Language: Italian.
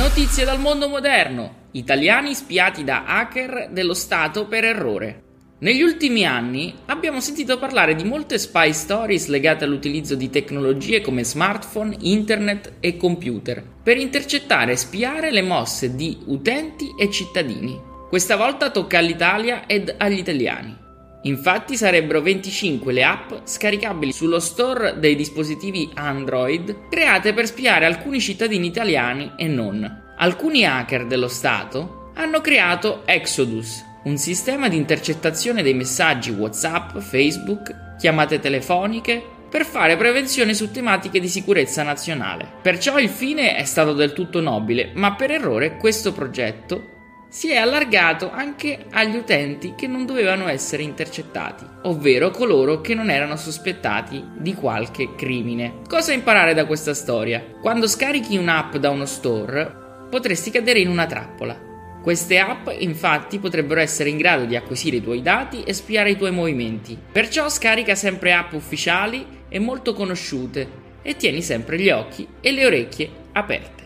Notizie dal mondo moderno. Italiani spiati da hacker dello Stato per errore. Negli ultimi anni abbiamo sentito parlare di molte spy stories legate all'utilizzo di tecnologie come smartphone, internet e computer per intercettare e spiare le mosse di utenti e cittadini. Questa volta tocca all'Italia ed agli italiani. Infatti sarebbero 25 le app scaricabili sullo store dei dispositivi Android create per spiare alcuni cittadini italiani e non. Alcuni hacker dello Stato hanno creato Exodus, un sistema di intercettazione dei messaggi WhatsApp, Facebook, chiamate telefoniche, per fare prevenzione su tematiche di sicurezza nazionale. Perciò il fine è stato del tutto nobile, ma per errore questo progetto si è allargato anche agli utenti che non dovevano essere intercettati, ovvero coloro che non erano sospettati di qualche crimine. Cosa imparare da questa storia? Quando scarichi un'app da uno store, potresti cadere in una trappola. Queste app infatti potrebbero essere in grado di acquisire i tuoi dati e spiare i tuoi movimenti. Perciò scarica sempre app ufficiali e molto conosciute e tieni sempre gli occhi e le orecchie aperte.